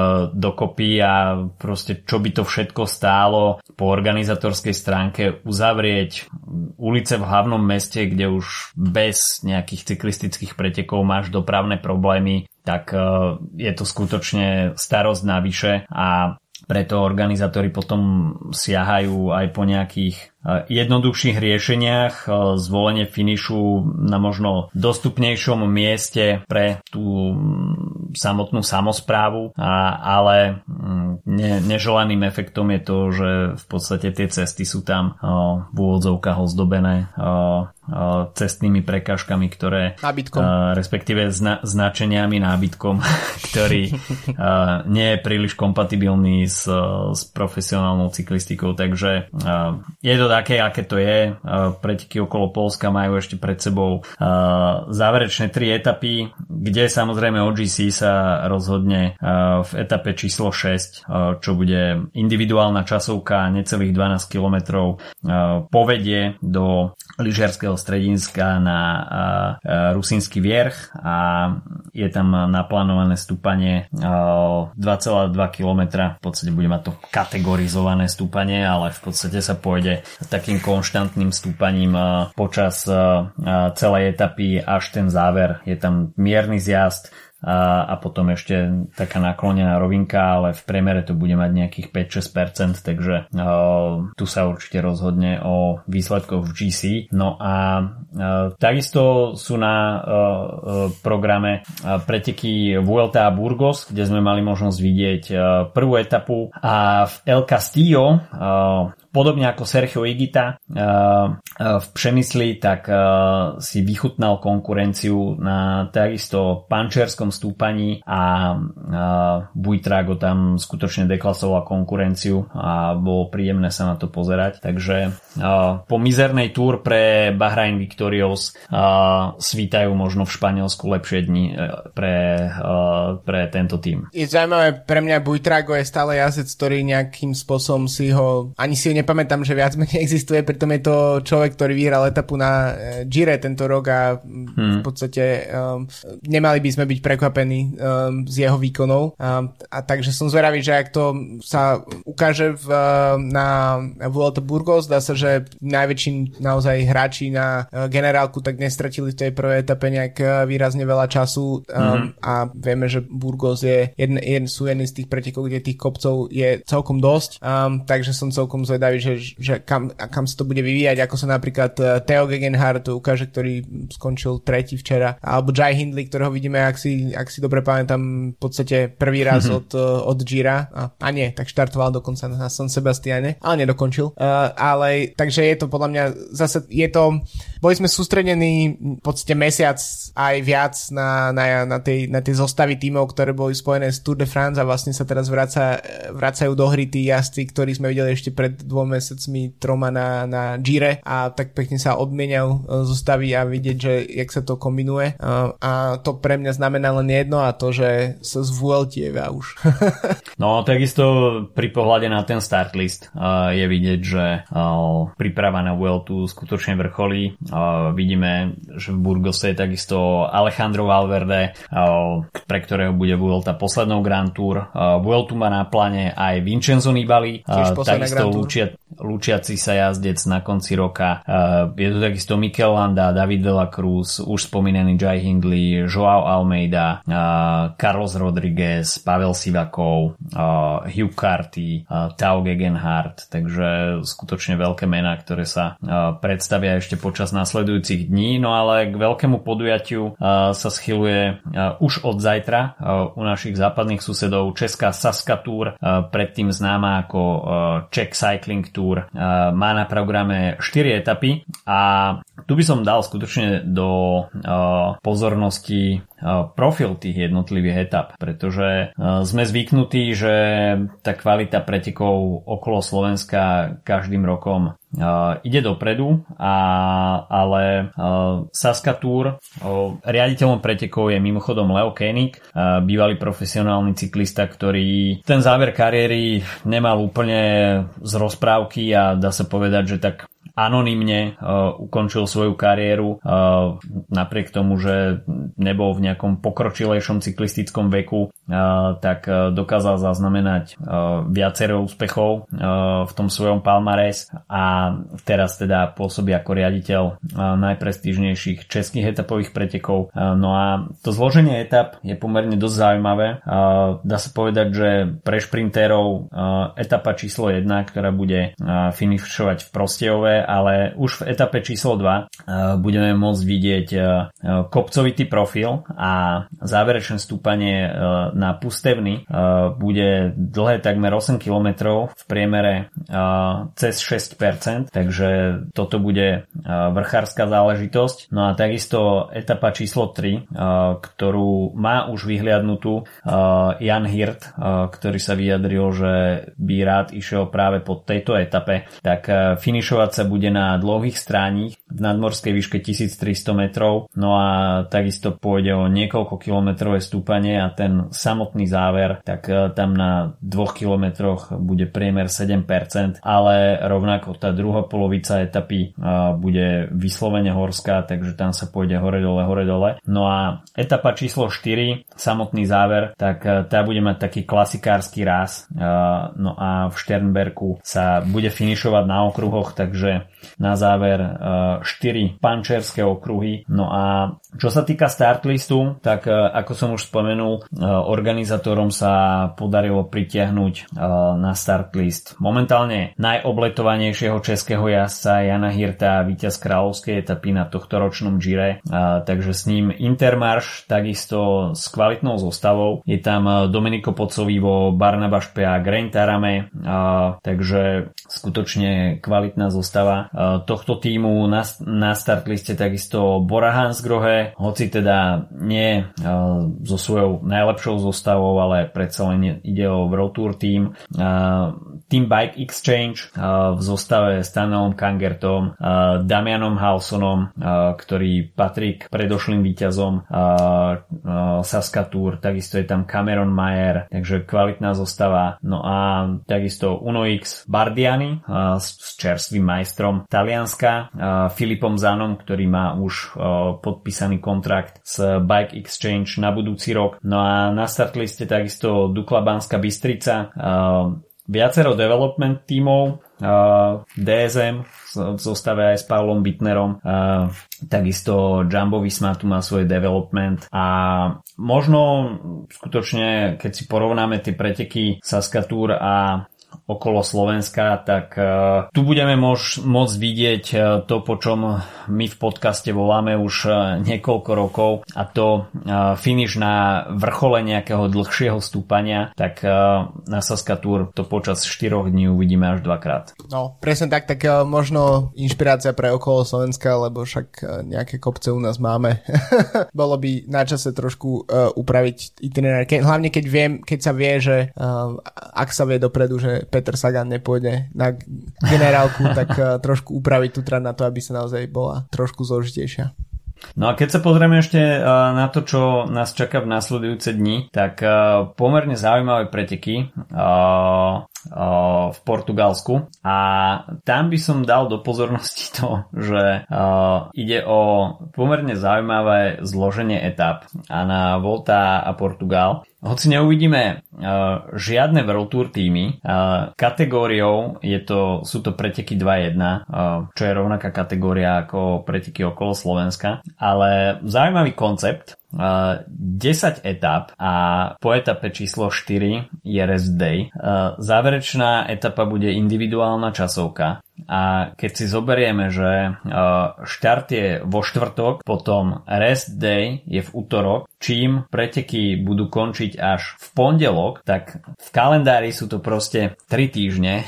dokopy a proste čo by to všetko stálo po organizátorskej stránke uzavrieť ulice v hlavnom meste, kde už bez nejakých cyklistických pretekov máš dopravné problémy, tak je to skutočne starosť navyše a preto organizátori potom siahajú aj po nejakých jednoduchších riešeniach, zvolenie finišu na možno dostupnejšom mieste pre tú samotnú samosprávu, ale neželaným efektom je to, že v podstate tie cesty sú tam v úvodzovkách ozdobené cestnými prekážkami, ktoré respektíve značeniami nábytkom, ktorý nie je príliš kompatibilný s profesionálnou cyklistikou, takže je to také, aké to je. Preteky okolo Poľska majú ešte pred sebou záverečné 3 etapy, kde samozrejme OGC sa rozhodne v etape číslo 6, čo bude individuálna časovka necelých 12 km, povedie do lyžiarskeho strediska na Rusínsky Vierch a je tam naplánované stúpanie 2,2 km. V podstate bude mať to kategorizované stúpanie, ale v podstate sa pôjde takým konštantným stúpaním počas celej etapy až ten záver. Je tam mierny zjazd a potom ešte taká naklonená rovinka, ale v priemere to bude mať nejakých 5-6%, takže tu sa určite rozhodne o výsledkoch v GC. No a takisto sú na programe preteky Vuelta a Burgos, kde sme mali možnosť vidieť prvú etapu a v El Castillo podobne ako Sergio Higuita v Přemysli, tak si vychutnal konkurenciu na takisto pančerskom stúpaní a Buitrago tam skutočne deklasoval konkurenciu a bolo príjemné sa na to pozerať. Takže po mizernej túr pre Bahrain Victorious svítajú možno v Španielsku lepšie dni pre tento tím. Je zaujímavé, pre mňa Buitrago je stále jazdec, ktorý nejakým spôsobom ani si ho nepamätám, že viac menej existuje, pritom je to človek, ktorý vyhral etapu na Gire tento rok a v podstate nemali by sme byť prekvapení z jeho výkonov a takže som zvedavý, že ak to sa ukáže na Vuelta Burgos, dá sa, že najväčší naozaj hráči na generálku tak nestratili v tej prvej etape nejak výrazne veľa času a vieme, že Burgos sú jedný z tých pretekov, kde tých kopcov je celkom dosť, takže som celkom zvedavý, že kam sa to bude vyvíjať, ako sa napríklad Theo Gegenhardt ukáže, ktorý skončil tretí včera, alebo Jai Hindley, ktorého vidíme, ak si dobre pamätám, v podstate prvý raz od Gira a nie, tak štartoval dokonca na San Sebastiane, ale nedokončil, ale takže je to podľa mňa zase boli sme sústredení v podstate mesiac aj viac na tej zostavy tímov, ktoré boli spojené s Tour de France a vlastne sa teraz vracajú do hry tí jazdci, ktorí sme videli ešte pred 2 mesiacmi, 3 na Gire a tak pekne sa odmieniajú zostavy a vidieť, že jak sa to kombinuje a to pre mňa znamená len jedno a to, že sa zvueltieva už. No takisto pri pohľade na ten start list je vidieť, že príprava na Vueltu skutočne vrcholí. Vidíme, že v Burgose je takisto Alejandro Valverde, pre ktorého bude Vuelta poslednou Grand Tour. Vueltu má na pláne aj Vincenzo Nibali, takisto lúčiaci sa jazdec na konci roka. Je tu takisto Mikel Landa, David de la Cruz, už spomínaný Jai Hindley, Joao Almeida, Carlos Rodriguez, Pavel Sivakov, Hugh Carty, Tao Gegenhardt, takže skutočne veľké mená, ktoré sa predstavia ešte počas nasledujúcich dní. No ale k veľkému podujatiu sa schyluje už od zajtra u našich západných susedov česká Sazka Tour, predtým známa ako Czech Cycling Tour. Má na programe 4 etapy a tu by som dal skutočne do pozornosti profil tých jednotlivých etap, pretože sme zvyknutí, že tá kvalita pretekov okolo Slovenska každým rokom ide dopredu, ale Sazka Tour, riaditeľom pretekov je mimochodom Leo Koenig, bývalý profesionálny cyklista, ktorý ten záver kariéry nemal úplne z rozprávky a dá sa povedať, že tak anonymne ukončil svoju kariéru napriek tomu, že nebol v nejakom pokročilejšom cyklistickom veku, tak dokázal zaznamenať viacero úspechov v tom svojom palmarès a teraz teda pôsobí ako riaditeľ najprestížnejších českých etapových pretekov. No a to zloženie etap je pomerne dosť zaujímavé. Dá sa povedať, že pre šprintérov etapa číslo 1, ktorá bude finišovať v Prostejove, ale už v etape číslo 2 budeme môcť vidieť kopcovitý profil a záverečné stúpanie na Pustevny bude dlhé takmer 8 km, v priemere cez 6%, takže toto bude vrchárska záležitosť. No a takisto etapa číslo 3, ktorú má už vyhliadnutú Jan Hirt, ktorý sa vyjadril, že by rád išiel práve po tejto etape, tak finišovať sa bude na dlhých stráních v nadmorskej výške 1300 metrov, no a takisto pôjde o niekoľko kilometrové stúpanie a ten samotný záver, tak tam na 2 kilometroch bude priemer 7%, ale rovnako tá druhá polovica etapy bude vyslovene horská, takže tam sa pôjde hore-dole. No a etapa číslo 4, samotný záver, tak tá bude mať taký klasikársky ráz, no a v Šternberku sa bude finišovať na okruhoch, takže na záver 4 pančerské okruhy. No a čo sa týka startlistu, tak ako som už spomenul, organizátorom sa podarilo pritiahnuť na startlist momentálne najobletovanejšieho českého jazdca Jana Hirta, víťaz kráľovskej etapy na tohtoročnom Gire, takže s ním Intermarš, takisto s kvalitnou zostavou. Je tam Domenico Pozzovivo, Barnaba Špea, Grain Tarame, takže skutočne kvalitná zostava tohto týmu. Na startliste takisto Bora Hansgrohe, hoci teda nie so svojou najlepšou zostavou, ale predsa len ide o World Tour Team. Team Bike Exchange v zostave s Danielom Kangertom, Damianom Halsonom, ktorý patrí k predošlým víťazom Sazka Tour, takisto je tam Cameron Mayer, takže kvalitná zostava. No a takisto Uno X Bardiani s čerstvým majstrom Talianska, Filipom Zanom, ktorý má už podpísaný kontrakt s Bike Exchange na budúci rok. No a na startliste takisto Dukla Banská Bystrica, viacero development tímov, DSM v zostave aj s Pavlom Bittnerom, takisto Jumbo Visma tu má svoj development a možno skutočne, keď si porovnáme tie preteky Sazka Tour a okolo Slovenska, tak tu budeme môcť vidieť to, po čom my v podcaste voláme už niekoľko rokov, a to finish na vrchole nejakého dlhšieho stúpania, tak na Sazka Tour to počas 4 dní uvidíme až 2-krát. No, presne tak možno inšpirácia pre okolo Slovenska, lebo však nejaké kopce u nás máme. Bolo by na čase trošku upraviť itinerár, hlavne keď sa vie, že ak sa vie dopredu, že Peter Sagan nepôjde na generálku, tak trošku upraviť tú trať na to, aby sa naozaj bola trošku zložitejšia. No a keď sa pozrieme ešte na to, čo nás čaká v nasledujúce dni, tak pomerne zaujímavé preteky v Portugalsku a tam by som dal do pozornosti to, že ide o pomerne zaujímavé zloženie etap a na Volta a Portugal. Hoci neuvidíme žiadne World Tour týmy, kategóriou sú to preteky 2-1, čo je rovnaká kategória ako preteky okolo Slovenska, ale zaujímavý koncept, 10 etap a po etape číslo 4 je rest day. Záverečná etapa bude individuálna časovka a keď si zoberieme, že štart je vo štvrtok, potom rest day je v útorok, čím preteky budú končiť až v pondelok, tak v kalendári sú to proste 3 týždne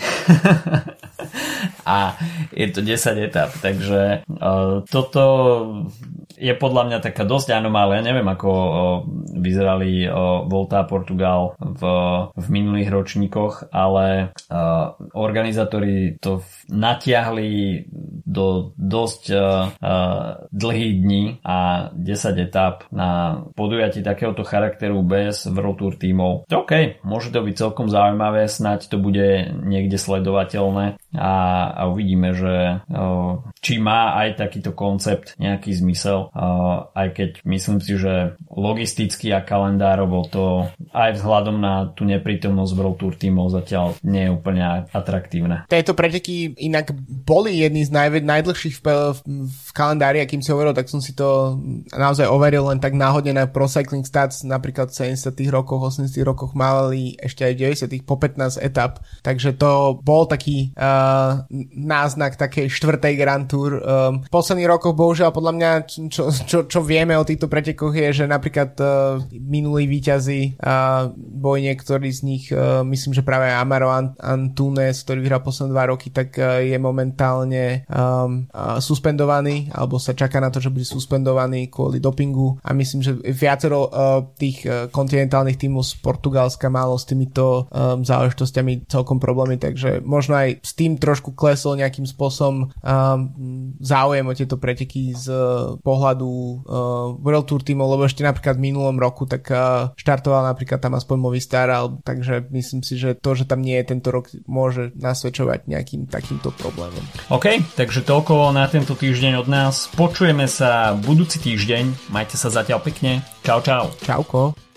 a je to 10 etap, takže toto je podľa mňa taká dosť anomália. Neviem, ako vyzerali Volta a Portugal v minulých ročníkoch, ale organizátori to natiahli do dosť dlhých dní a 10 etap na podujatí takéhoto charakteru bez World Tour tímov. OK, môže to byť celkom zaujímavé, snáď to bude niekde sledovateľné a uvidíme, že či má aj takýto koncept nejaký zmysel, aj keď myslím si, že logisticky a kalendárovo to aj vzhľadom na tú neprítomnosť World Tour tímov zatiaľ nie je úplne atraktívne. Tieto preteky inak boli jedni z najdlhších v kalendári, akým si hovoril, tak som si to naozaj overil len tak náhodne na Pro Cycling Stats, napríklad v 70. rokoch, 80. rokoch mali ešte aj 90. po 15 etap, takže to bol taký náznak takej štvrtej Grand Tour. V posledných rokoch bohužiaľ podľa mňa čo vieme o týchto pretekoch je, že napríklad minulí víťazi boli niektorí z nich, myslím, že práve Amaro Antunes, ktorý vyhral posledné 2 roky, tak je momentálne suspendovaný, alebo sa čaká na to, že bude suspendovaný kvôli dopingu a myslím, že viacero tých kontinentálnych tímov z Portugalska malo s týmito záležitosťami celkom problémy, takže možno aj s tým trošku klesol nejakým spôsobom záujem o tieto preteky z pohľadu World Tour tímov, lebo ešte napríklad v minulom roku tak štartoval napríklad tam aspoň Movistar, takže myslím si, že to, že tam nie je tento rok, môže nasvedčovať nejakým takýmto problémom. OK, takže toľko na tento týždeň od nás. Počujeme sa budúci týždeň. Majte sa zatiaľ pekne. Čau, čau. Čauko.